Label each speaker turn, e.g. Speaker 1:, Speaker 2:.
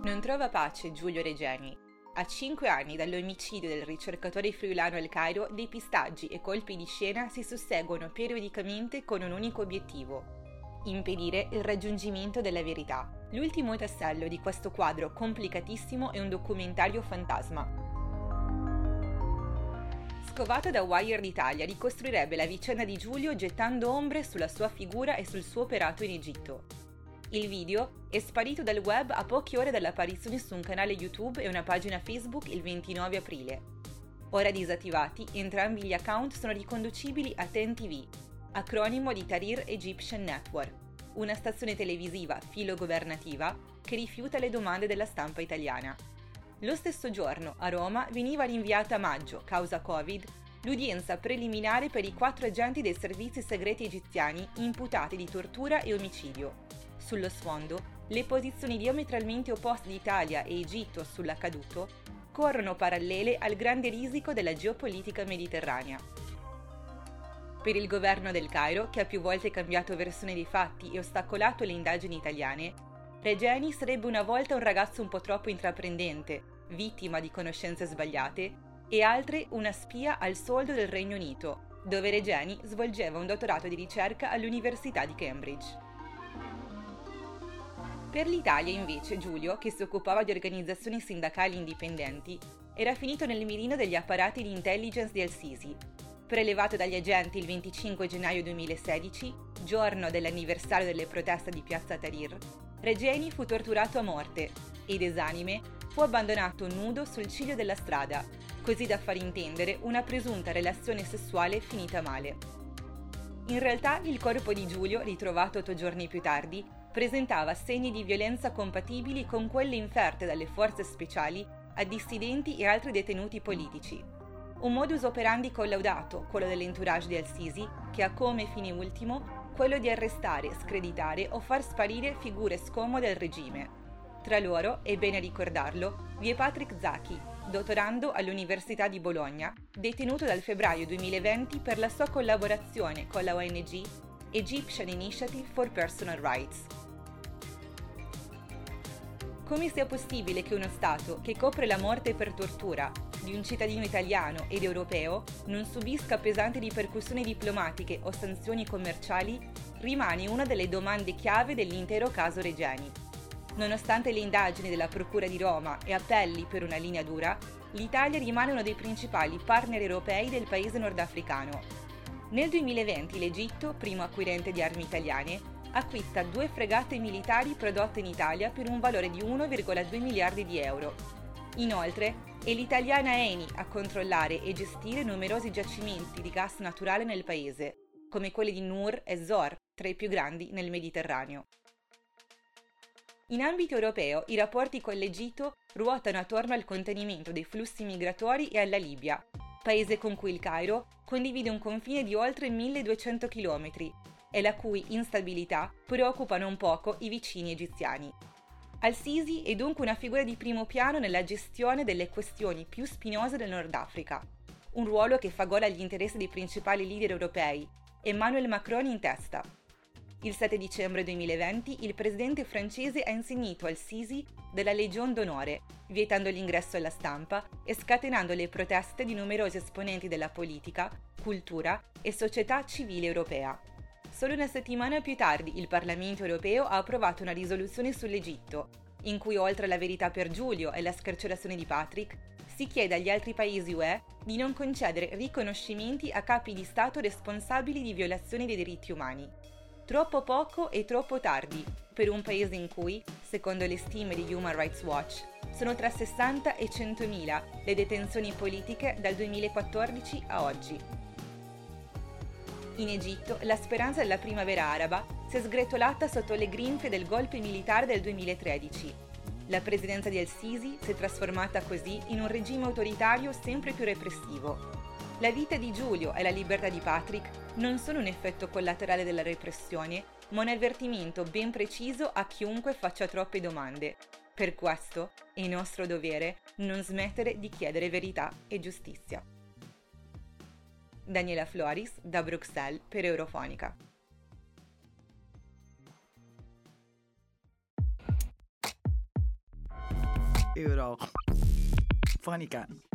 Speaker 1: Non trova pace Giulio Regeni. A 5 anni dall'omicidio del ricercatore friulano al Cairo, depistaggi e colpi di scena si susseguono periodicamente con un unico obiettivo: impedire il raggiungimento della verità. L'ultimo tassello di questo quadro complicatissimo è un documentario fantasma. Scovato da Wired Italia, ricostruirebbe la vicenda di Giulio gettando ombre sulla sua figura e sul suo operato in Egitto. Il video è sparito dal web a poche ore dall'apparizione su un canale YouTube e una pagina Facebook il 29 aprile. Ora disattivati, entrambi gli account sono riconducibili a TEN-TV, acronimo di Tahrir Egyptian Network, una stazione televisiva filogovernativa che rifiuta le domande della stampa italiana. Lo stesso giorno, a Roma, veniva rinviata a maggio, causa Covid, l'udienza preliminare per i 4 agenti dei servizi segreti egiziani imputati di tortura e omicidio. Sullo sfondo, le posizioni diametralmente opposte di Italia e Egitto sull'accaduto corrono parallele al grande risico della geopolitica mediterranea. Per il governo del Cairo, che ha più volte cambiato versione dei fatti e ostacolato le indagini italiane, Regeni sarebbe una volta un ragazzo un po' troppo intraprendente, vittima di conoscenze sbagliate, e altre una spia al soldo del Regno Unito, dove Regeni svolgeva un dottorato di ricerca all'Università di Cambridge. Per l'Italia, invece, Giulio, che si occupava di organizzazioni sindacali indipendenti, era finito nel mirino degli apparati di intelligence di al-Sisi. Prelevato dagli agenti il 25 gennaio 2016, giorno dell'anniversario delle proteste di Piazza Tahrir, Regeni fu torturato a morte ed esanime fu abbandonato nudo sul ciglio della strada, così da far intendere una presunta relazione sessuale finita male. In realtà il corpo di Giulio, ritrovato 8 giorni più tardi, presentava segni di violenza compatibili con quelle inferte dalle forze speciali a dissidenti e altri detenuti politici. Un modus operandi collaudato, quello dell'entourage di al-Sisi, che ha come fine ultimo quello di arrestare, screditare o far sparire figure scomode al regime. Tra loro, è bene ricordarlo, vi è Patrick Zaki, dottorando all'Università di Bologna, detenuto dal febbraio 2020 per la sua collaborazione con la ONG Egyptian Initiative for Personal Rights. Come sia possibile che uno Stato che copre la morte per tortura di un cittadino italiano ed europeo non subisca pesanti ripercussioni diplomatiche o sanzioni commerciali rimane una delle domande chiave dell'intero caso Regeni. Nonostante le indagini della Procura di Roma e appelli per una linea dura, l'Italia rimane uno dei principali partner europei del paese nordafricano. Nel 2020 l'Egitto, primo acquirente di armi italiane, acquista 2 fregate militari prodotte in Italia per un valore di 1,2 miliardi di euro. Inoltre, è l'italiana Eni a controllare e gestire numerosi giacimenti di gas naturale nel paese, come quelli di Nur e Zohr, tra i più grandi nel Mediterraneo. In ambito europeo, i rapporti con l'Egitto ruotano attorno al contenimento dei flussi migratori e alla Libia, paese con cui il Cairo condivide un confine di oltre 1200 km e la cui instabilità preoccupa non poco i vicini egiziani. Al-Sisi è dunque una figura di primo piano nella gestione delle questioni più spinose del Nord Africa, un ruolo che fa gola agli interessi dei principali leader europei, Emmanuel Macron in testa. Il 7 dicembre 2020 il presidente francese ha insignito al-Sisi della Legion d'Onore, vietando l'ingresso alla stampa e scatenando le proteste di numerosi esponenti della politica, cultura e società civile europea. Solo una settimana più tardi il Parlamento europeo ha approvato una risoluzione sull'Egitto, in cui oltre alla verità per Giulio e la scarcerazione di Patrick, si chiede agli altri paesi UE di non concedere riconoscimenti a capi di Stato responsabili di violazioni dei diritti umani. Troppo poco e troppo tardi per un paese in cui, secondo le stime di Human Rights Watch, sono tra 60 e 100.000 le detenzioni politiche dal 2014 a oggi. In Egitto, la speranza della primavera araba si è sgretolata sotto le grinfie del golpe militare del 2013. La presidenza di al-Sisi si è trasformata così in un regime autoritario sempre più repressivo. La vita di Giulio e la libertà di Patrick non sono un effetto collaterale della repressione, ma un avvertimento ben preciso a chiunque faccia troppe domande. Per questo è nostro dovere non smettere di chiedere verità e giustizia. Daniela Floris, da Bruxelles per Eurofonica.
Speaker 2: euro. Funny can.